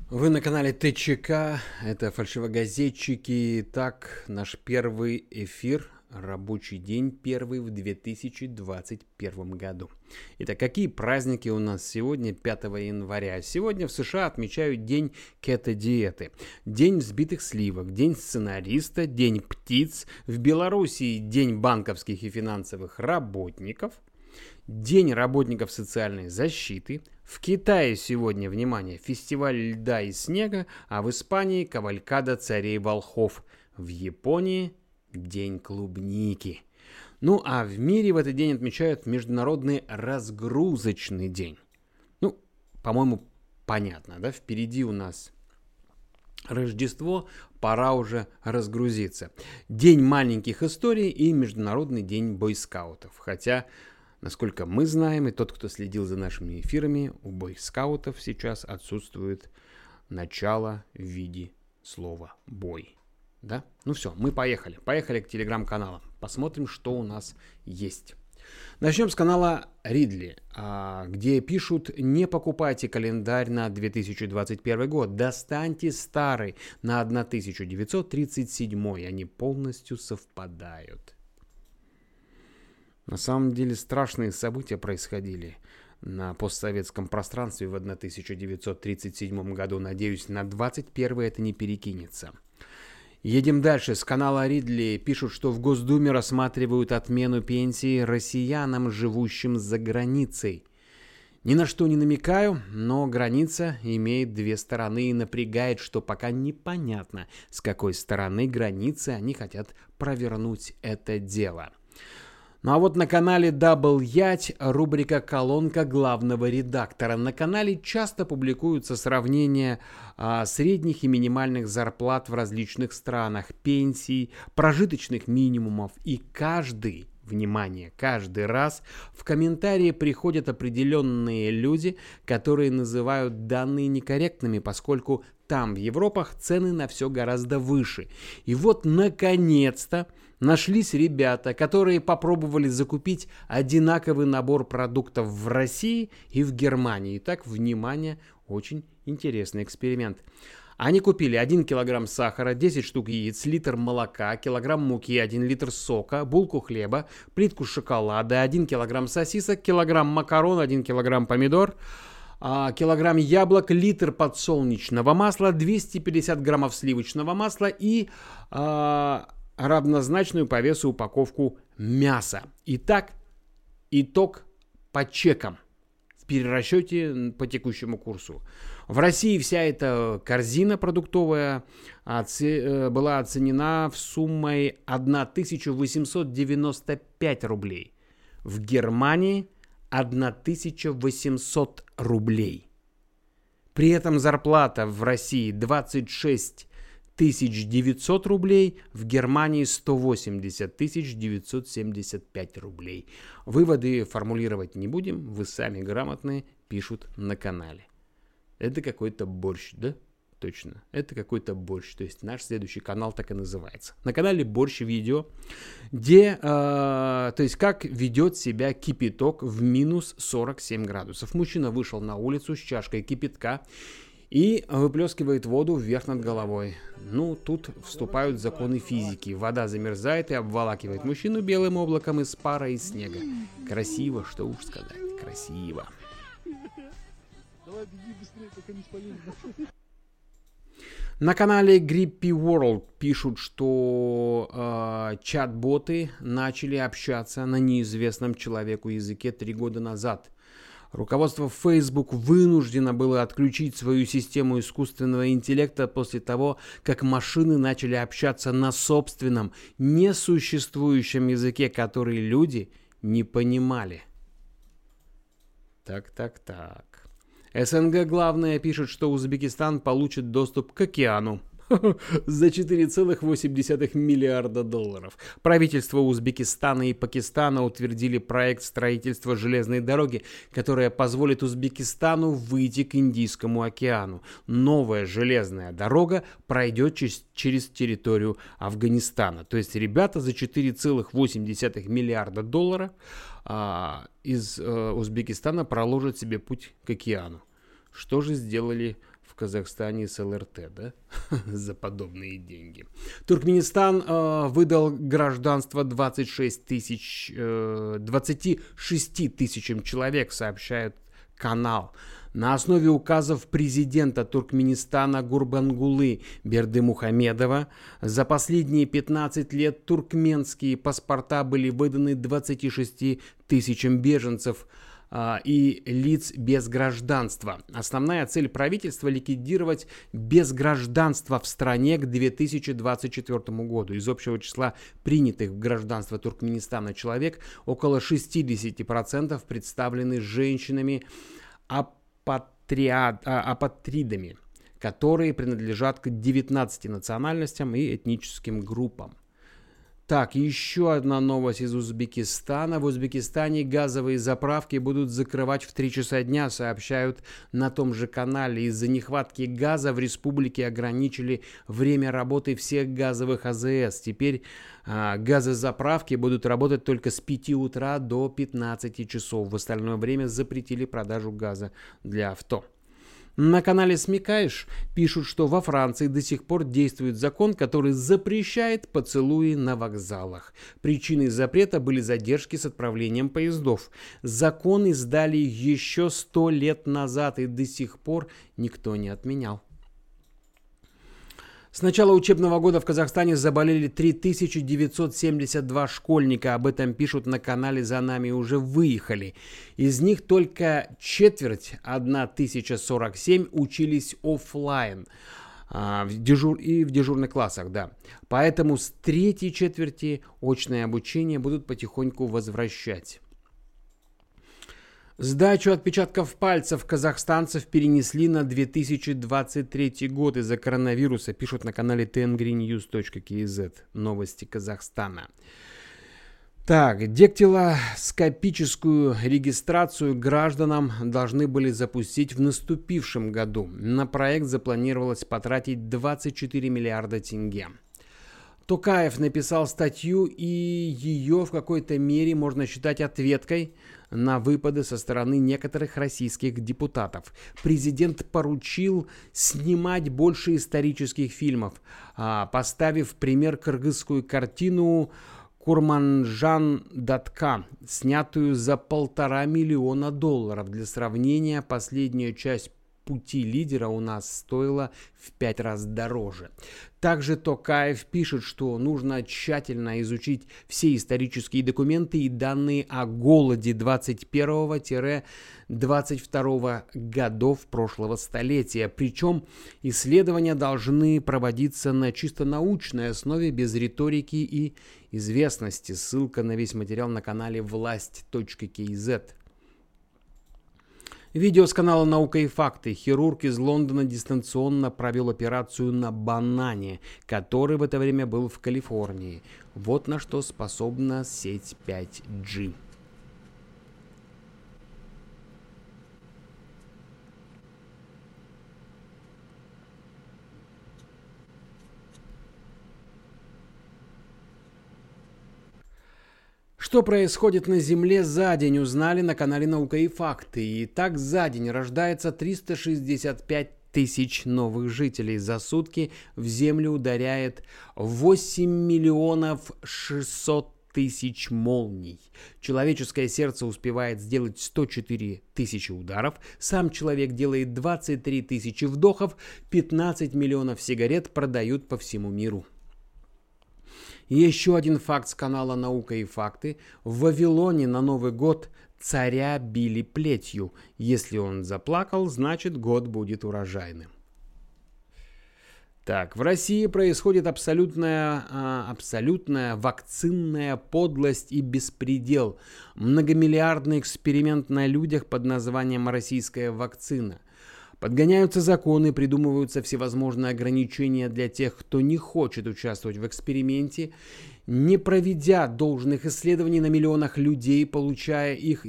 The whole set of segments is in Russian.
Вы на канале ТЧК, это фальшивогазетчики. Итак, наш первый эфир, рабочий день первый в 2021 году. Итак, какие праздники у нас сегодня, 5 января? Сегодня в США отмечают День кето-диеты, День взбитых сливок, День сценариста, День птиц. В Белоруссии День банковских и финансовых работников, День работников социальной защиты. В Китае сегодня, внимание, фестиваль льда и снега, а в Испании кавалькада царей волхов. В Японии День клубники. Ну а в мире в этот день отмечают Международный разгрузочный день. Ну, по-моему, понятно, да? Впереди у нас Рождество, пора уже разгрузиться. День маленьких историй и Международный день бойскаутов. Хотя, насколько мы знаем, и тот, кто следил за нашими эфирами, у бойскаутов сейчас отсутствует начало в виде слова «бой». Да? Ну все, мы поехали. Поехали к телеграм-каналам. Посмотрим, что у нас есть. Начнем с канала Ридли, где пишут: не покупайте календарь на 2021 год, достаньте старый на 1937, они полностью совпадают. На самом деле страшные события происходили на постсоветском пространстве в 1937 году. Надеюсь, на 21 это не перекинется. Едем дальше. С канала Ридли пишут, что в Госдуме рассматривают отмену пенсии россиянам, живущим за границей. Ни на что не намекаю, но граница имеет две стороны и напрягает, что пока непонятно, с какой стороны границы они хотят провернуть это дело. Ну а вот на канале Double Ять рубрика «Колонка главного редактора». На канале часто публикуются сравнения средних и минимальных зарплат в различных странах, пенсий, прожиточных минимумов. И каждый раз в комментарии приходят определенные люди, которые называют данные некорректными, поскольку там, в Европах, цены на все гораздо выше. И вот, наконец-то, нашлись ребята, которые попробовали закупить одинаковый набор продуктов в России и в Германии. Итак, внимание, очень интересный эксперимент. Они купили 1 килограмм сахара, 10 штук яиц, литр молока, килограмм муки, 1 литр сока, булку хлеба, плитку шоколада, 1 килограмм сосисок, килограмм макарон, 1 килограмм помидор, килограмм яблок, литр подсолнечного масла, 250 граммов сливочного масла и равнозначную по весу упаковку мяса. Итак, итог по чекам в перерасчете по текущему курсу. В России вся эта корзина продуктовая была оценена в суммой 1895 рублей. В Германии 1800 рублей. При этом зарплата в России 26 900 рублей, в Германии 180 975 рублей. Выводы формулировать не будем, вы сами грамотные, пишут на канале. Это какой-то борщ, да? Точно, это какой-то борщ. То есть наш следующий канал так и называется. На канале Борщ видео, где, то есть как ведет себя кипяток в минус 47 градусов. Мужчина вышел на улицу с чашкой кипятка и выплескивает воду вверх над головой. Ну, тут вступают законы физики. Вода замерзает и обволакивает мужчину белым облаком из пара и снега. Красиво, что уж сказать. Красиво. Давай беги быстрее, пока не спалили. На канале Grippy World пишут, что чат-боты начали общаться на неизвестном человеку языке 3 года назад. Руководство Facebook вынуждено было отключить свою систему искусственного интеллекта после того, как машины начали общаться на собственном, несуществующем языке, который люди не понимали. Так. СНГ главное пишет, что Узбекистан получит доступ к океану за 4,8 миллиарда долларов. Правительства Узбекистана и Пакистана утвердили проект строительства железной дороги, которая позволит Узбекистану выйти к Индийскому океану. Новая железная дорога пройдет через территорию Афганистана. То есть ребята за 4,8 миллиарда долларов из Узбекистана проложат себе путь к океану. Что же сделали в Казахстане с ЛРТ, да? За подобные деньги. Туркменистан выдал гражданство 26 тысячам человек, сообщает канал. На основе указов президента Туркменистана Гурбангулы Бердымухамедова за последние 15 лет туркменские паспорта были выданы 26 тысячам беженцев и лиц без гражданства. Основная цель правительства – ликвидировать безгражданство в стране к 2024 году. Из общего числа принятых в гражданство Туркменистана человек около 60% представлены женщинами апатридами, которые принадлежат к 19 национальностям и этническим группам. Так, еще одна новость из Узбекистана. В Узбекистане газовые заправки будут закрывать в 3 часа дня, сообщают на том же канале. Из-за нехватки газа в республике ограничили время работы всех газовых АЗС. Теперь газозаправки будут работать только с 5 утра до 15 часов. В остальное время запретили продажу газа для авто. На канале Смекаешь пишут, что во Франции до сих пор действует закон, который запрещает поцелуи на вокзалах. Причиной запрета были задержки с отправлением поездов. Закон издали еще 100 лет назад и до сих пор никто не отменял. С начала учебного года в Казахстане заболели 3972 школьника. Об этом пишут на канале «За нами уже выехали». Из них только четверть, 1047, учились офлайн в дежурных классах. Да. Поэтому с третьей четверти очное обучение будут потихоньку возвращать. Сдачу отпечатков пальцев казахстанцев перенесли на 2023 год из-за коронавируса, пишут на канале tengrinews.kz. Новости Казахстана. Так, дактилоскопическую регистрацию гражданам должны были запустить в наступившем году. На проект запланировалось потратить 24 миллиарда тенге. Токаев написал статью, и ее в какой-то мере можно считать ответкой на выпады со стороны некоторых российских депутатов. Президент поручил снимать больше исторических фильмов, поставив в пример кыргызскую картину «Курманжан Датка», снятую за $1,5 миллиона. Для сравнения, последняя часть «Пути лидера» у нас стоила в 5 раз дороже. Также Токаев пишет, что нужно тщательно изучить все исторические документы и данные о голоде 21-22 годов прошлого столетия. Причем исследования должны проводиться на чисто научной основе, без риторики и известности. Ссылка на весь материал на канале власть.kz. Видео с канала «Наука и факты». Хирург из Лондона дистанционно провел операцию на банане, который в это время был в Калифорнии. Вот на что способна сеть 5G. Что происходит на Земле за день, узнали на канале «Наука и факты». Итак, за день рождается 365 тысяч новых жителей. За сутки в Землю ударяет 8 миллионов 600 тысяч молний. Человеческое сердце успевает сделать 104 тысячи ударов. Сам человек делает 23 тысячи вдохов. 15 миллионов сигарет продают по всему миру. Еще один факт с канала «Наука и факты». В Вавилоне на Новый год царя били плетью. Если он заплакал, значит год будет урожайным. Так, в России происходит абсолютная вакцинная подлость и беспредел. Многомиллиардный эксперимент на людях под названием «Российская вакцина». Подгоняются законы, придумываются всевозможные ограничения для тех, кто не хочет участвовать в эксперименте, не проведя должных исследований на миллионах людей, получая их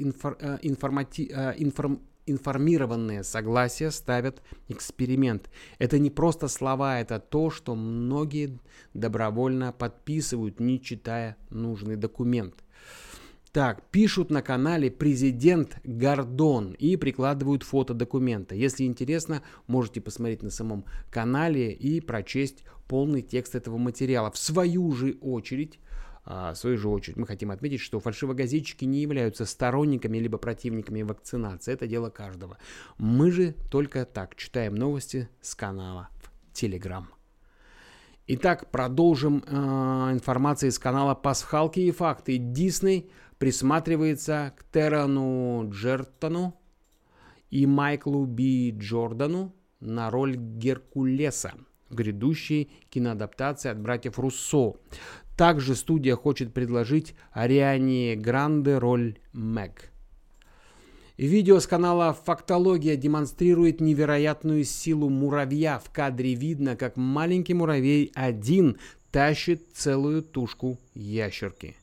информированное согласие, ставят эксперимент. Это не просто слова, это то, что многие добровольно подписывают, не читая нужный документ. Так, пишут на канале «Президент Гордон» и прикладывают фото документа. Если интересно, можете посмотреть на самом канале и прочесть полный текст этого материала. В свою же очередь, мы хотим отметить, что фальшивогазетчики не являются сторонниками либо противниками вакцинации. Это дело каждого. Мы же только так читаем новости с канала в Telegram. Итак, продолжим информацию из канала «Пасхалки и факты». Дисней присматривается к Терану Джертону и Майклу Би Джордану на роль Геркулеса в грядущей киноадаптации от братьев Руссо. Также студия хочет предложить Ариане Гранде роль Мэг. Видео с канала «Фактология» демонстрирует невероятную силу муравья. В кадре видно, как маленький муравей один тащит целую тушку ящерки.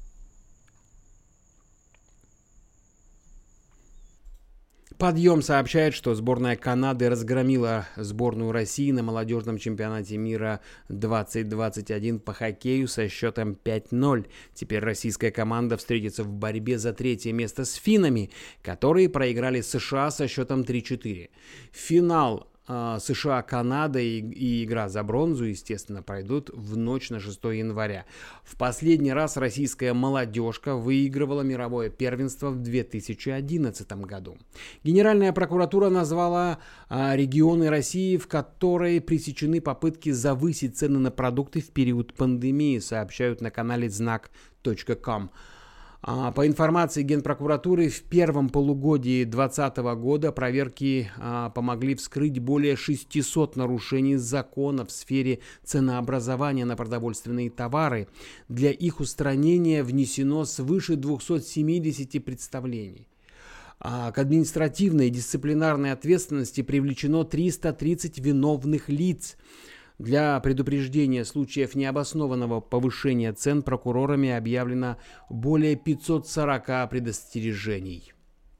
Подъем сообщает, что сборная Канады разгромила сборную России на молодежном чемпионате мира 2021 по хоккею со счетом 5-0. Теперь российская команда встретится в борьбе за третье место с финнами, которые проиграли США со счетом 3-4. Финал США-Канада и игра за бронзу, естественно, пройдут в ночь на 6 января. В последний раз российская молодежка выигрывала мировое первенство в 2011 году. Генеральная прокуратура назвала регионы России, в которой пресечены попытки завысить цены на продукты в период пандемии, сообщают на канале знак.com. По информации Генпрокуратуры, в первом полугодии 2020 года проверки помогли вскрыть более 600 нарушений закона в сфере ценообразования на продовольственные товары. Для их устранения внесено свыше 270 представлений. К административной и дисциплинарной ответственности привлечено 330 виновных лиц. Для предупреждения случаев необоснованного повышения цен прокурорами объявлено более 540 предостережений.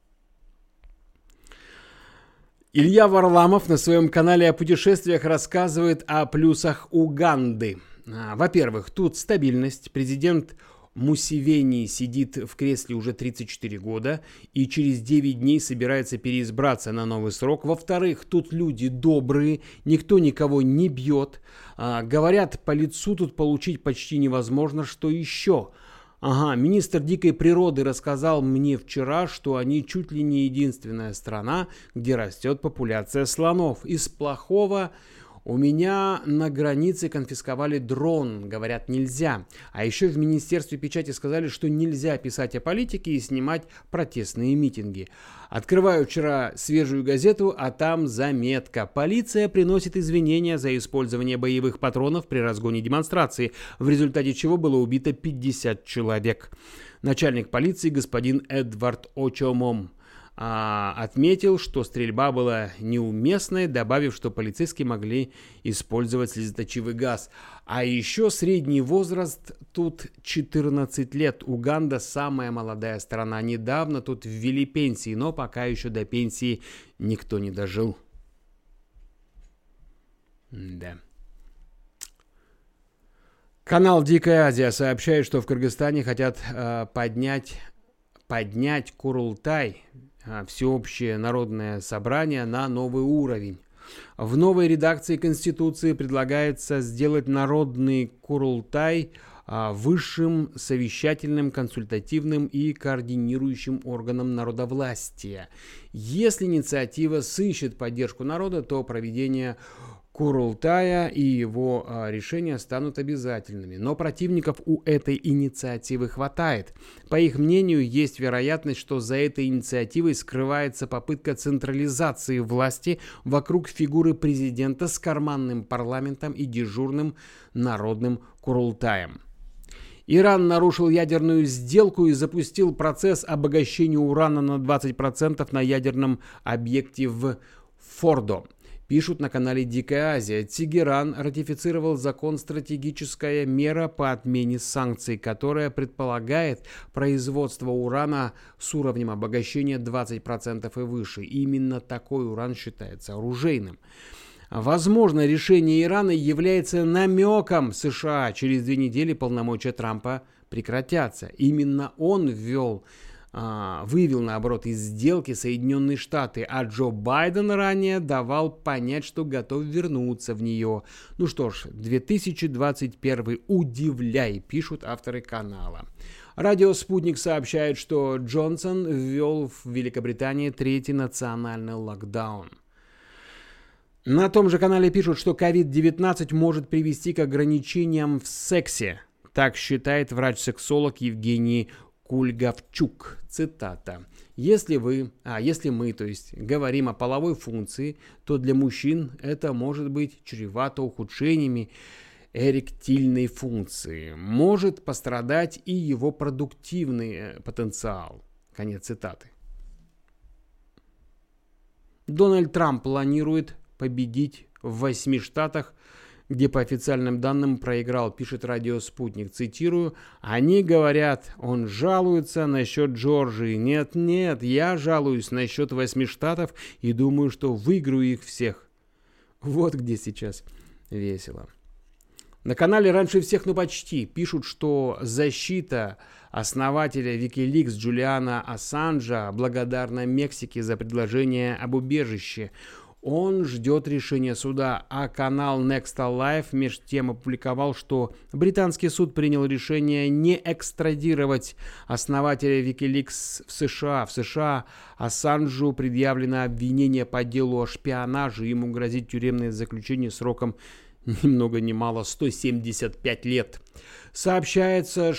Илья Варламов на своем канале о путешествиях рассказывает о плюсах Уганды. Во-первых, тут стабильность. Президент Мусевени сидит в кресле уже 34 года и через 9 дней собирается переизбраться на новый срок. Во-вторых, тут люди добрые, никто никого не бьет. Говорят, по лицу тут получить почти невозможно. Что еще? Министр дикой природы рассказал мне вчера, что они чуть ли не единственная страна, где растет популяция слонов. Из плохого: у меня на границе конфисковали дрон, говорят, нельзя. А еще в Министерстве печати сказали, что нельзя писать о политике и снимать протестные митинги. Открываю вчера свежую газету, а там заметка. Полиция приносит извинения за использование боевых патронов при разгоне демонстрации, в результате чего было убито 50 человек. Начальник полиции господин Эдвард Очомом отметил, что стрельба была неуместной, добавив, что полицейские могли использовать слезоточивый газ. А еще средний возраст тут 14 лет. Уганда самая молодая страна. Недавно тут ввели пенсии, но пока еще до пенсии никто не дожил. Да. Канал «Дикая Азия» сообщает, что в Кыргызстане хотят поднять Курултай, всеобщее народное собрание, на новый уровень. В новой редакции Конституции предлагается сделать народный Курултай высшим совещательным, консультативным и координирующим органом народовластия. Если инициатива сыщет поддержку народа, то проведение Курултая и его решения станут обязательными. Но противников у этой инициативы хватает. По их мнению, есть вероятность, что за этой инициативой скрывается попытка централизации власти вокруг фигуры президента с карманным парламентом и дежурным народным Курултаем. Иран нарушил ядерную сделку и запустил процесс обогащения урана на 20% на ядерном объекте в Фордо. Пишут на канале «Дикая Азия». Тегеран ратифицировал закон «Стратегическая мера по отмене санкций», которая предполагает производство урана с уровнем обогащения 20% и выше. Именно такой уран считается оружейным. Возможно, решение Ирана является намеком США. Через 2 недели полномочия Трампа прекратятся. Именно он вывел, наоборот, из сделки Соединенные Штаты, а Джо Байден ранее давал понять, что готов вернуться в нее. Ну что ж, 2021 удивляй, пишут авторы канала. Радио «Спутник» сообщает, что Джонсон ввел в Великобритании третий национальный локдаун. На том же канале пишут, что COVID-19 может привести к ограничениям в сексе. Так считает врач-сексолог Евгений Кульгавчук. Цитата. Если мы, говорим о половой функции, то для мужчин это может быть чревато ухудшениями эректильной функции. Может пострадать и его продуктивный потенциал. Конец цитаты. Дональд Трамп планирует победить в 8 штатах, где по официальным данным проиграл, пишет радио «Спутник». Цитирую, «Они говорят, он жалуется насчет Джорджии. Нет, я жалуюсь насчет 8 штатов и думаю, что выиграю их всех». Вот где сейчас весело. На канале «Раньше всех, но почти» пишут, что защита основателя Wikileaks Джулиана Ассанжа благодарна Мексике за предложение об убежище. Он ждет решения суда, а канал Next Alive между тем опубликовал, что британский суд принял решение не экстрадировать основателя Wikileaks в США. В США Ассанжу предъявлено обвинение по делу о шпионаже, ему грозит тюремное заключение сроком ни много ни мало 175 лет. Сообщается,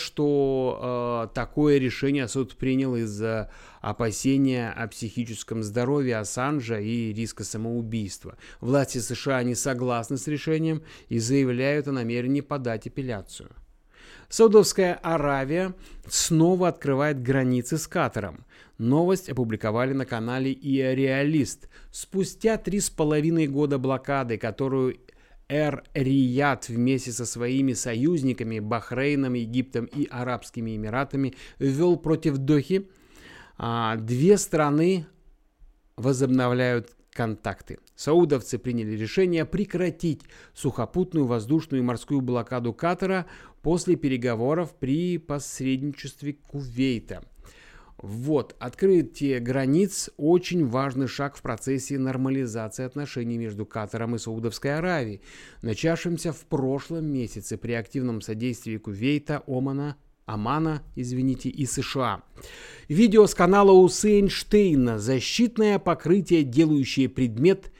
что такое решение суд принял из-за опасения о психическом здоровье Ассанжа и риска самоубийства. Власти США не согласны с решением и заявляют о намерении подать апелляцию. Саудовская Аравия снова открывает границы с Катаром. Новость опубликовали на канале «Иореалист». Спустя 3,5 года блокады, которую Эр-Рияд вместе со своими союзниками Бахрейном, Египтом и Арабскими Эмиратами ввел против Дохи, две страны возобновляют контакты. Саудовцы приняли решение прекратить сухопутную, воздушную и морскую блокаду Катара после переговоров при посредничестве Кувейта. Вот, открытие границ – очень важный шаг в процессе нормализации отношений между Катаром и Саудовской Аравией, начавшимся в прошлом месяце при активном содействии Кувейта, Омана и США. Видео с канала Усейнштейна «Защитное покрытие, делающее предмет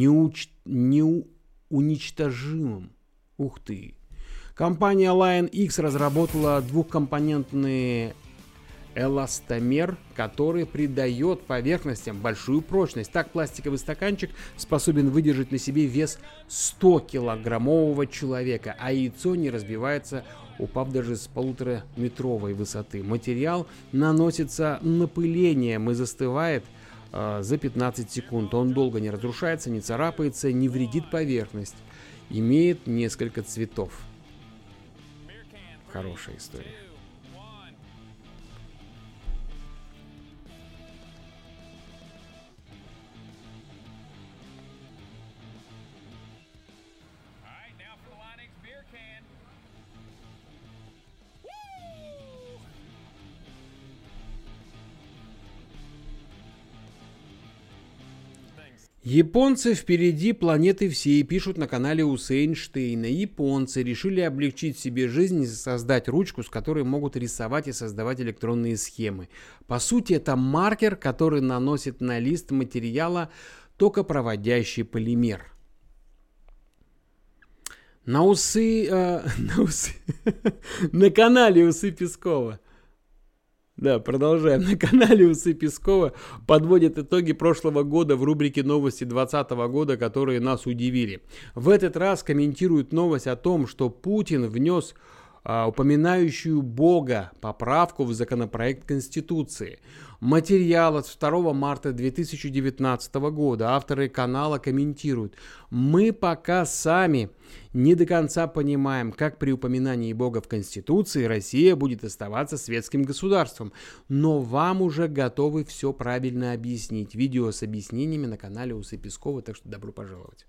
неуничтожимым». Ух ты! Компания Lion X разработала двухкомпонентный эластомер, который придает поверхностям большую прочность. Так пластиковый стаканчик способен выдержать на себе вес 100-килограммового человека, а яйцо не разбивается, упав даже с 1,5-метровой высоты. Материал наносится напылением и застывает за 15 секунд. Он долго не разрушается, не царапается, не вредит поверхность. Имеет несколько цветов. Хорошая история. Японцы впереди планеты всей, пишут на канале Усейнштейна. Японцы решили облегчить себе жизнь и создать ручку, с которой могут рисовать и создавать электронные схемы. По сути, это маркер, который наносит на лист материала токопроводящий полимер. На канале Усы Пескова. Да, продолжаем. На канале Усы Пескова подводят итоги прошлого года в рубрике «Новости 2020 года», которые нас удивили. В этот раз комментируют новость о том, что Путин внес упоминающую Бога поправку в законопроект Конституции. Материал от 2 марта 2019 года. Авторы канала комментируют: «Мы пока сами не до конца понимаем, как при упоминании Бога в Конституции Россия будет оставаться светским государством, но вам уже готовы все правильно объяснить». Видео с объяснениями на канале Усы Пескова, так что добро пожаловать.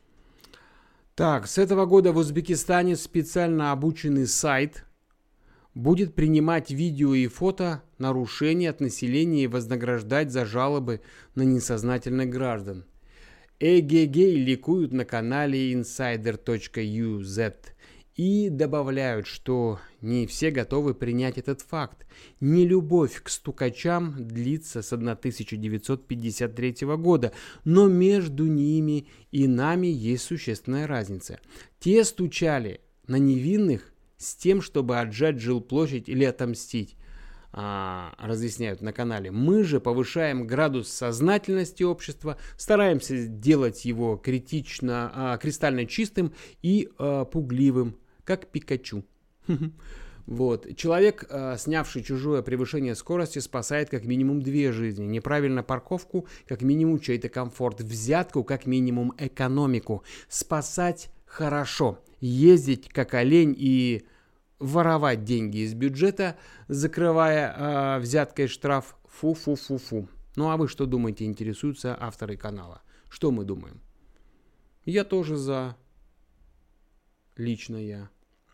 Так, с этого года в Узбекистане специально обученный сайт будет принимать видео и фото нарушений от населения и вознаграждать за жалобы на несознательных граждан. ЭГГ ликуют на канале insider.uz и добавляют, что не все готовы принять этот факт. Нелюбовь к стукачам длится с 1953 года, но между ними и нами есть существенная разница. Те стучали на невинных с тем, чтобы отжать жилплощадь или отомстить. Разъясняют на канале. Мы же повышаем градус сознательности общества, стараемся делать его кристально чистым и пугливым, как Пикачу. Вот. Человек, снявший чужое превышение скорости, спасает как минимум 2 жизни. Неправильно парковку, как минимум чей-то комфорт. Взятку, как минимум экономику. Спасать хорошо. Ездить как олень и воровать деньги из бюджета, закрывая взяткой штраф. Фу-фу-фу-фу. Ну а вы что думаете, интересуются авторы канала? Что мы думаем? Я тоже за. Лично я.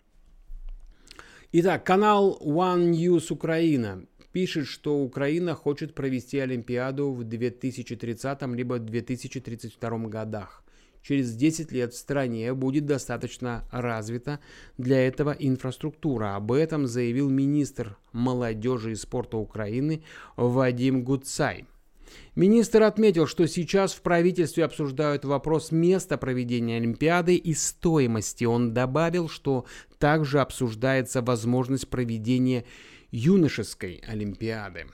Итак, канал One News Украина пишет, что Украина хочет провести Олимпиаду в 2030 либо 2032 годах. Через 10 лет в стране будет достаточно развита для этого инфраструктура. Об этом заявил министр молодежи и спорта Украины Вадим Гудцай. Министр отметил, что сейчас в правительстве обсуждают вопрос места проведения Олимпиады и стоимости. Он добавил, что также обсуждается возможность проведения юношеской Олимпиады.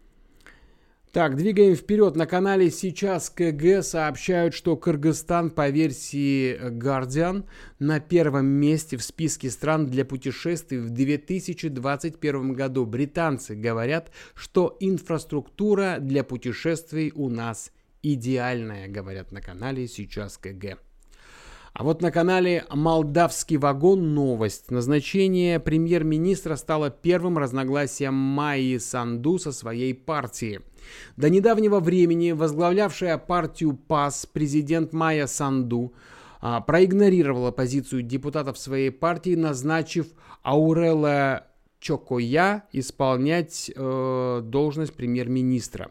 Так, двигаем вперед. На канале «Сейчас КГ» сообщают, что Кыргызстан по версии Guardian на первом месте в списке стран для путешествий в 2021 году. Британцы говорят, что инфраструктура для путешествий у нас идеальная, говорят на канале «Сейчас КГ». А вот на канале «Молдавский вагон» новость. Назначение премьер-министра стало первым разногласием Майи Санду со своей партией. До недавнего времени возглавлявшая партию ПАС президент Майя Санду проигнорировала позицию депутатов своей партии, назначив Аурела Чокоя исполнять должность премьер-министра.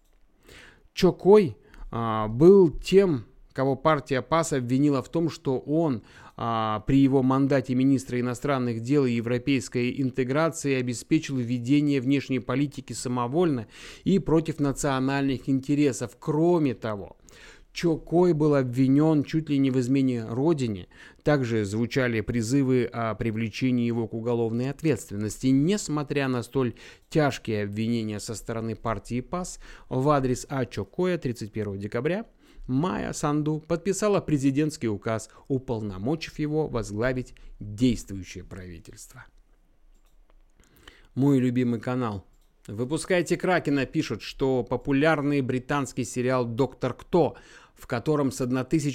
Чокой был тем, кого партия ПАС обвинила в том, что он при его мандате министра иностранных дел и европейской интеграции обеспечил ведение внешней политики самовольно и против национальных интересов. Кроме того, Чокой был обвинен чуть ли не в измене родине. Также звучали призывы о привлечении его к уголовной ответственности. Несмотря на столь тяжкие обвинения со стороны партии ПАС в адрес Чокоя 31 декабря, Майя Санду подписала президентский указ, уполномочив его возглавить действующее правительство. Мой любимый канал. «Выпускайте Кракена» пишут, что популярный британский сериал «Доктор Кто», в котором с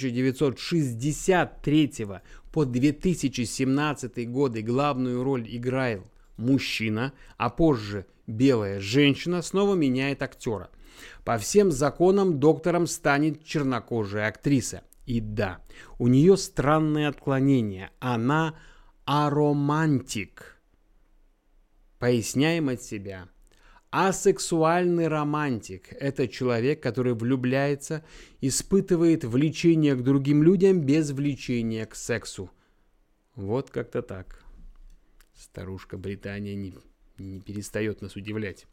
1963 по 2017 годы главную роль играл мужчина, а позже белая женщина, снова меняет актера. По всем законам доктором станет чернокожая актриса. И да, у нее странное отклонение. Она аромантик. Поясняем от себя. Асексуальный романтик – это человек, который влюбляется, испытывает влечение к другим людям без влечения к сексу. Вот как-то так. Старушка Британия не перестает нас удивлять.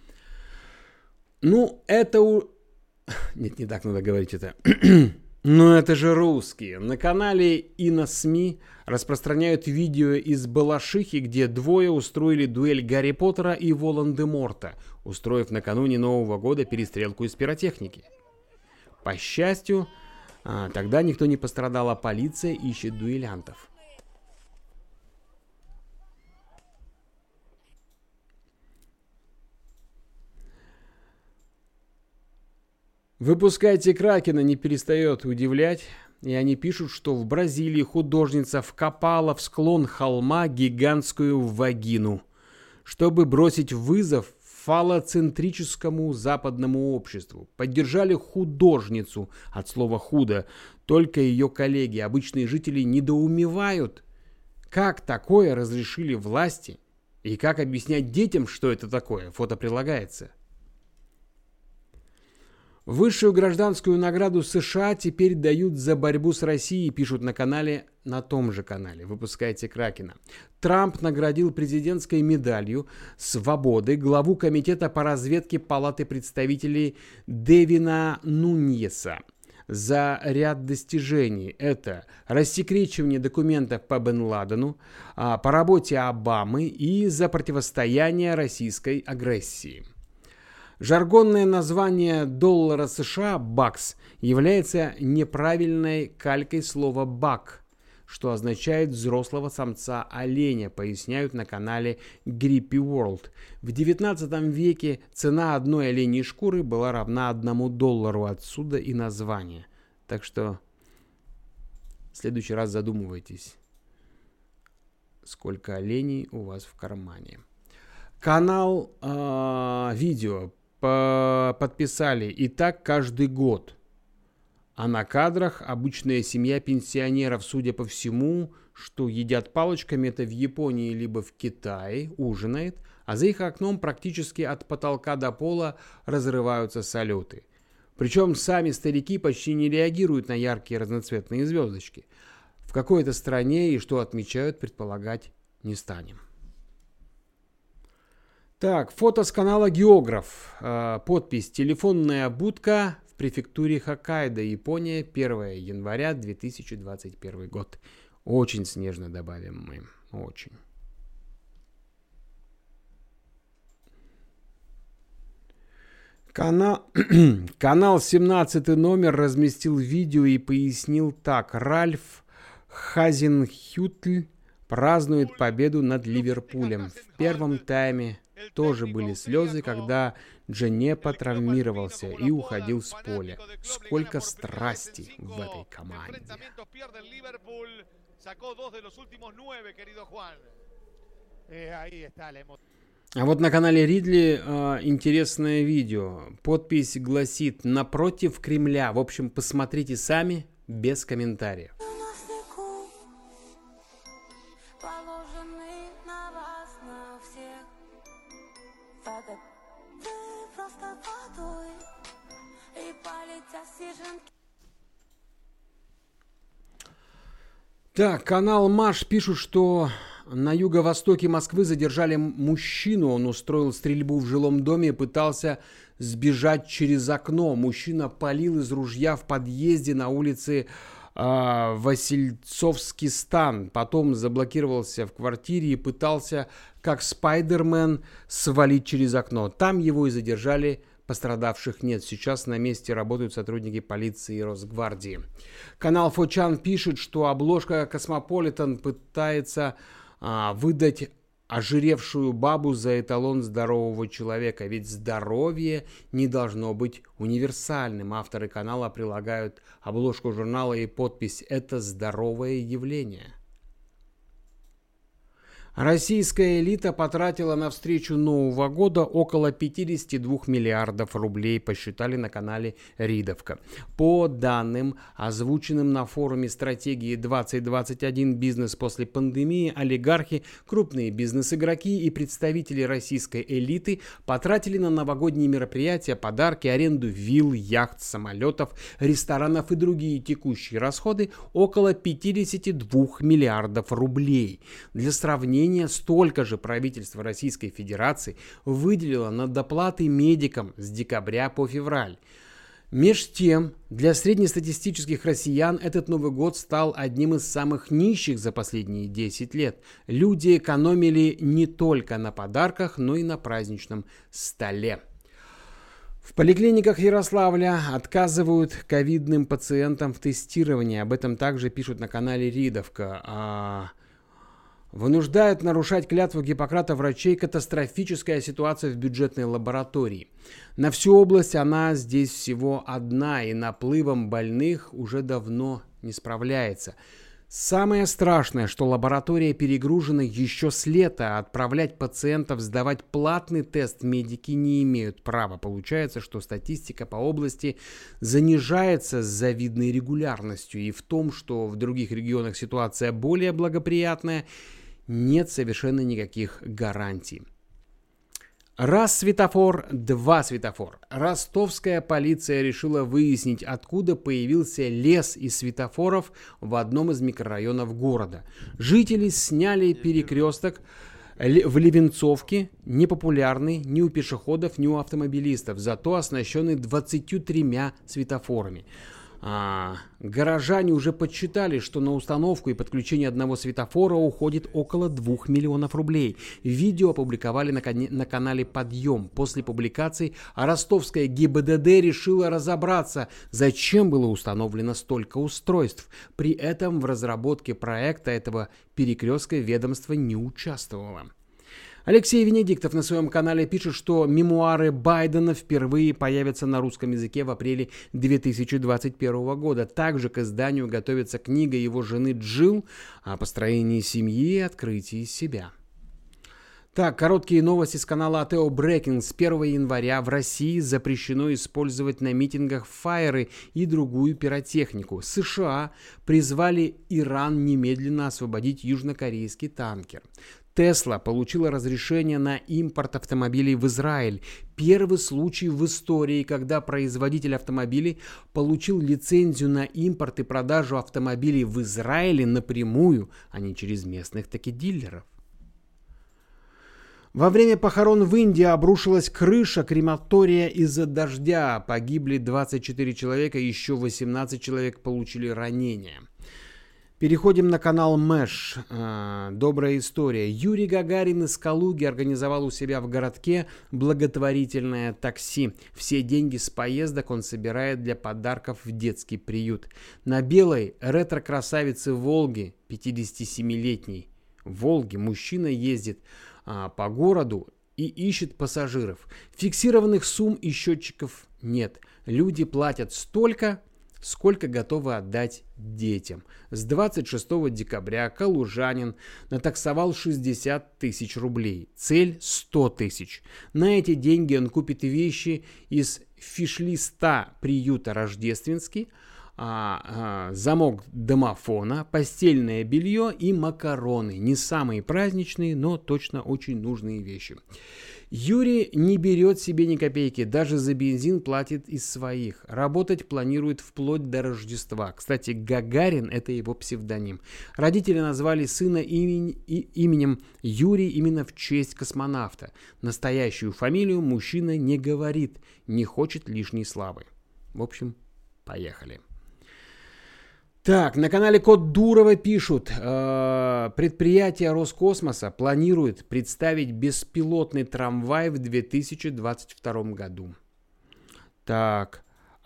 Ну, это Нет, не так надо говорить это. Ну, это же русские. На канале и на СМИ распространяют видео из Балашихи, где двое устроили дуэль Гарри Поттера и Волан-де-Морта, устроив накануне Нового года перестрелку из пиротехники. По счастью, тогда никто не пострадал, а полиция ищет дуэлянтов. «Выпускайте Кракена» не перестает удивлять, и они пишут, что в Бразилии художница вкопала в склон холма гигантскую вагину, чтобы бросить вызов фалоцентрическому западному обществу. Поддержали художницу, от слова «худо», только ее коллеги, обычные жители, недоумевают, как такое разрешили власти, И как объяснять детям, что это такое? Фото прилагается. Высшую гражданскую награду США теперь дают за борьбу с Россией, пишут на том же канале. Выпускайте Кракена. Трамп наградил президентской медалью свободы главу комитета по разведке Палаты представителей Девина Нуньеса за ряд достижений. Это рассекречивание документов по Бен Ладену, по работе Обамы и за противостояние российской агрессии. Жаргонное название доллара США «бакс» является неправильной калькой слова «бак», что означает взрослого самца оленя, поясняют на канале Grippy World. В 19 веке цена одной оленьей шкуры была равна $1, отсюда и название. Так что в следующий раз задумывайтесь, сколько оленей у вас в кармане. Канал видео подписали и так каждый год. А на кадрах обычная семья пенсионеров, судя по всему, что едят палочками, это в Японии либо в Китае, ужинает, а за их окном практически от потолка до пола разрываются салюты. Причем сами старики почти не реагируют на яркие разноцветные звездочки. В какой-то стране и что отмечают, предполагать не станем. Так, фото с канала «Географ». Подпись «Телефонная будка в префектуре Хоккайдо, Япония, 1 января 2021 год». Очень снежно, добавим мы. Очень. Канал 17 номер разместил видео и пояснил так. Ральф Хазенхютль празднует победу над Ливерпулем. В первом тайме тоже были слезы, когда Дженепа травмировался и уходил с поля. Сколько страсти в этой команде. А вот на канале Ридли интересное видео. Подпись гласит «Напротив Кремля». В общем, посмотрите сами, без комментариев. Так, канал Маш пишут, что на юго-востоке Москвы задержали мужчину. Он устроил стрельбу в жилом доме и пытался сбежать через окно. Мужчина палил из ружья в подъезде на улице Васильцовский стан. Потом заблокировался в квартире и пытался, как Спайдермен, свалить через окно. Там его и задержали. Пострадавших нет. Сейчас на месте работают сотрудники полиции и Росгвардии. Канал Фочан пишет, что обложка Космополитен пытается выдать ожиревшую бабу за эталон здорового человека. Ведь здоровье не должно быть универсальным. Авторы канала прилагают обложку журнала и подпись «Это здоровое явление». Российская элита потратила на встречу Нового года около 52 миллиардов рублей, посчитали на канале Ридовка. По данным, озвученным на форуме стратегии 2021 «Бизнес после пандемии», олигархи, крупные бизнес-игроки и представители российской элиты потратили на новогодние мероприятия, подарки, аренду вилл, яхт, самолетов, ресторанов и другие текущие расходы около 52 миллиардов рублей. Для сравнения, столько же правительство Российской Федерации выделило на доплаты медикам с декабря по февраль. Меж тем, для среднестатистических россиян этот Новый год стал одним из самых нищих за последние 10 лет. Люди экономили не только на подарках, но и на праздничном столе. В поликлиниках Ярославля отказывают ковидным пациентам в тестировании. Об этом также пишут на канале Ридовка. Вынуждает нарушать клятву Гиппократа врачей катастрофическая ситуация в бюджетной лаборатории. На всю область она здесь всего одна, и наплывом больных уже давно не справляется. Самое страшное, что лаборатория перегружена еще с лета, а отправлять пациентов сдавать платный тест медики не имеют права. Получается, что статистика по области занижается с завидной регулярностью, и в том, что в других регионах ситуация более благоприятная, нет совершенно никаких гарантий. Раз светофор, два светофор. Ростовская полиция решила выяснить, откуда появился лес из светофоров в одном из микрорайонов города. Жители сняли перекресток в Левенцовке, непопулярный ни у пешеходов, ни у автомобилистов, зато оснащенный 23 светофорами. Горожане уже подсчитали, что на установку и подключение одного светофора уходит около 2 миллионов рублей. Видео опубликовали на канале «Подъем». После публикации ростовская ГИБДД решила разобраться, зачем было установлено столько устройств. При этом в разработке проекта этого перекрестка ведомство не участвовало. Алексей Венедиктов на своем канале пишет, что мемуары Байдена впервые появятся на русском языке в апреле 2021 года. Также к изданию готовится книга его жены Джилл о построении семьи и открытии себя. Так, короткие новости с канала Атео Брекинг. С 1 января в России запрещено использовать на митингах фаеры и другую пиротехнику. США призвали Иран немедленно освободить южнокорейский танкер. Тесла получила разрешение на импорт автомобилей в Израиль. Первый случай в истории, когда производитель автомобилей получил лицензию на импорт и продажу автомобилей в Израиле напрямую, а не через местных таки дилеров. Во время похорон в Индии обрушилась крыша крематория из-за дождя. Погибли 24 человека, еще 18 человек получили ранения. Переходим на канал Мэш. Добрая история. Юрий Гагарин из Калуги организовал у себя в городке благотворительное такси. Все деньги с поездок он собирает для подарков в детский приют. На белой ретро-красавице Волге, 57-летней Волге, мужчина ездит по городу и ищет пассажиров. Фиксированных сумм и счетчиков нет. Люди платят столько, сколько готовы отдать детям. С 26 декабря калужанин натаксовал 60 тысяч рублей. Цель 100 тысяч. На эти деньги он купит вещи из фиш-листа приюта «Рождественский», замок домофона, постельное белье и макароны. Не самые праздничные, но точно очень нужные вещи. Юрий не берет себе ни копейки, даже за бензин платит из своих. Работать планирует вплоть до Рождества. Кстати, Гагарин – это его псевдоним. Родители назвали сына именем Юрий именно в честь космонавта. Настоящую фамилию мужчина не говорит, не хочет лишней славы. В общем, поехали. Так, на канале Код Дурова пишут, предприятие Роскосмоса планирует представить беспилотный трамвай в 2022 году. Так,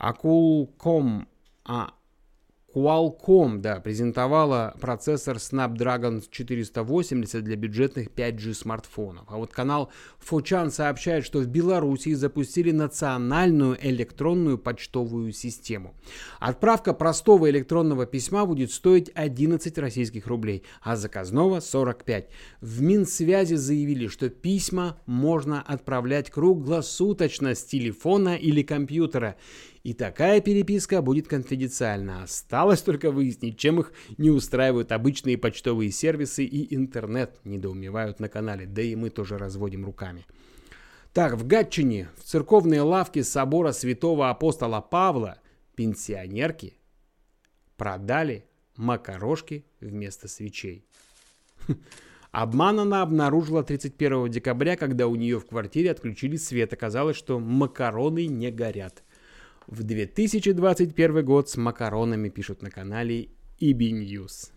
Qualcomm, презентовала процессор Snapdragon 480 для бюджетных 5G смартфонов. А вот канал 4chan сообщает, что в Беларуси запустили национальную электронную почтовую систему. Отправка простого электронного письма будет стоить 11 российских рублей, а заказного 45. В Минсвязи заявили, что письма можно отправлять круглосуточно с телефона или компьютера. И такая переписка будет конфиденциальна. Осталось только выяснить, чем их не устраивают обычные почтовые сервисы и интернет, недоумевают на канале. Да и мы тоже разводим руками. Так, в Гатчине, в церковной лавке собора святого апостола Павла пенсионерки продали макарошки вместо свечей. Обман она обнаружила 31 декабря, когда у нее в квартире отключили свет. Оказалось, что макароны не горят. В 2021 год с макаронами пишут на канале EB News.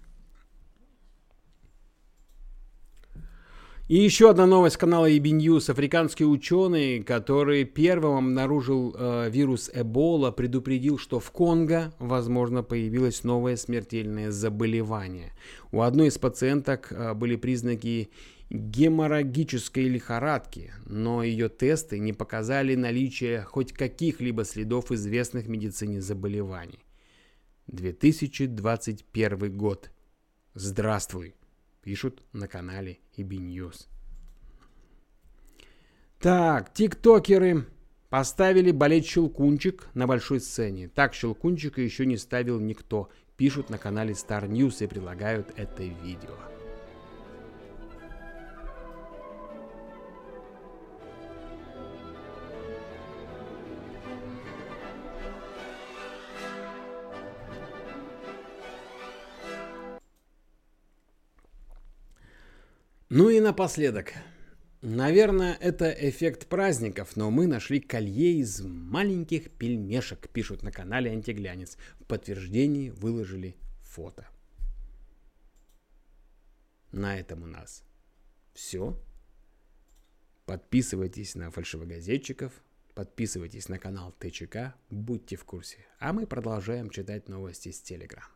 И еще одна новость канала EB News. Африканский ученый, который первым обнаружил вирус Эбола, предупредил, что в Конго, возможно, появилось новое смертельное заболевание. У одной из пациенток были признаки геморрагической лихорадки, но ее тесты не показали наличие хоть каких-либо следов известных медицине заболеваний. 2021 год. Здравствуй, пишут на канале EB News. Так, тиктокеры поставили балет «Щелкунчик» на большой сцене. Так «Щелкунчика» еще не ставил никто, пишут на канале Star News и предлагают это видео. Ну и напоследок. Наверное, это эффект праздников, но мы нашли колье из маленьких пельмешек, пишут на канале Антиглянец. В подтверждении выложили фото. На этом у нас все. Подписывайтесь на фальшивогазетчиков, подписывайтесь на канал ТЧК, будьте в курсе. А мы продолжаем читать новости с Телеграм.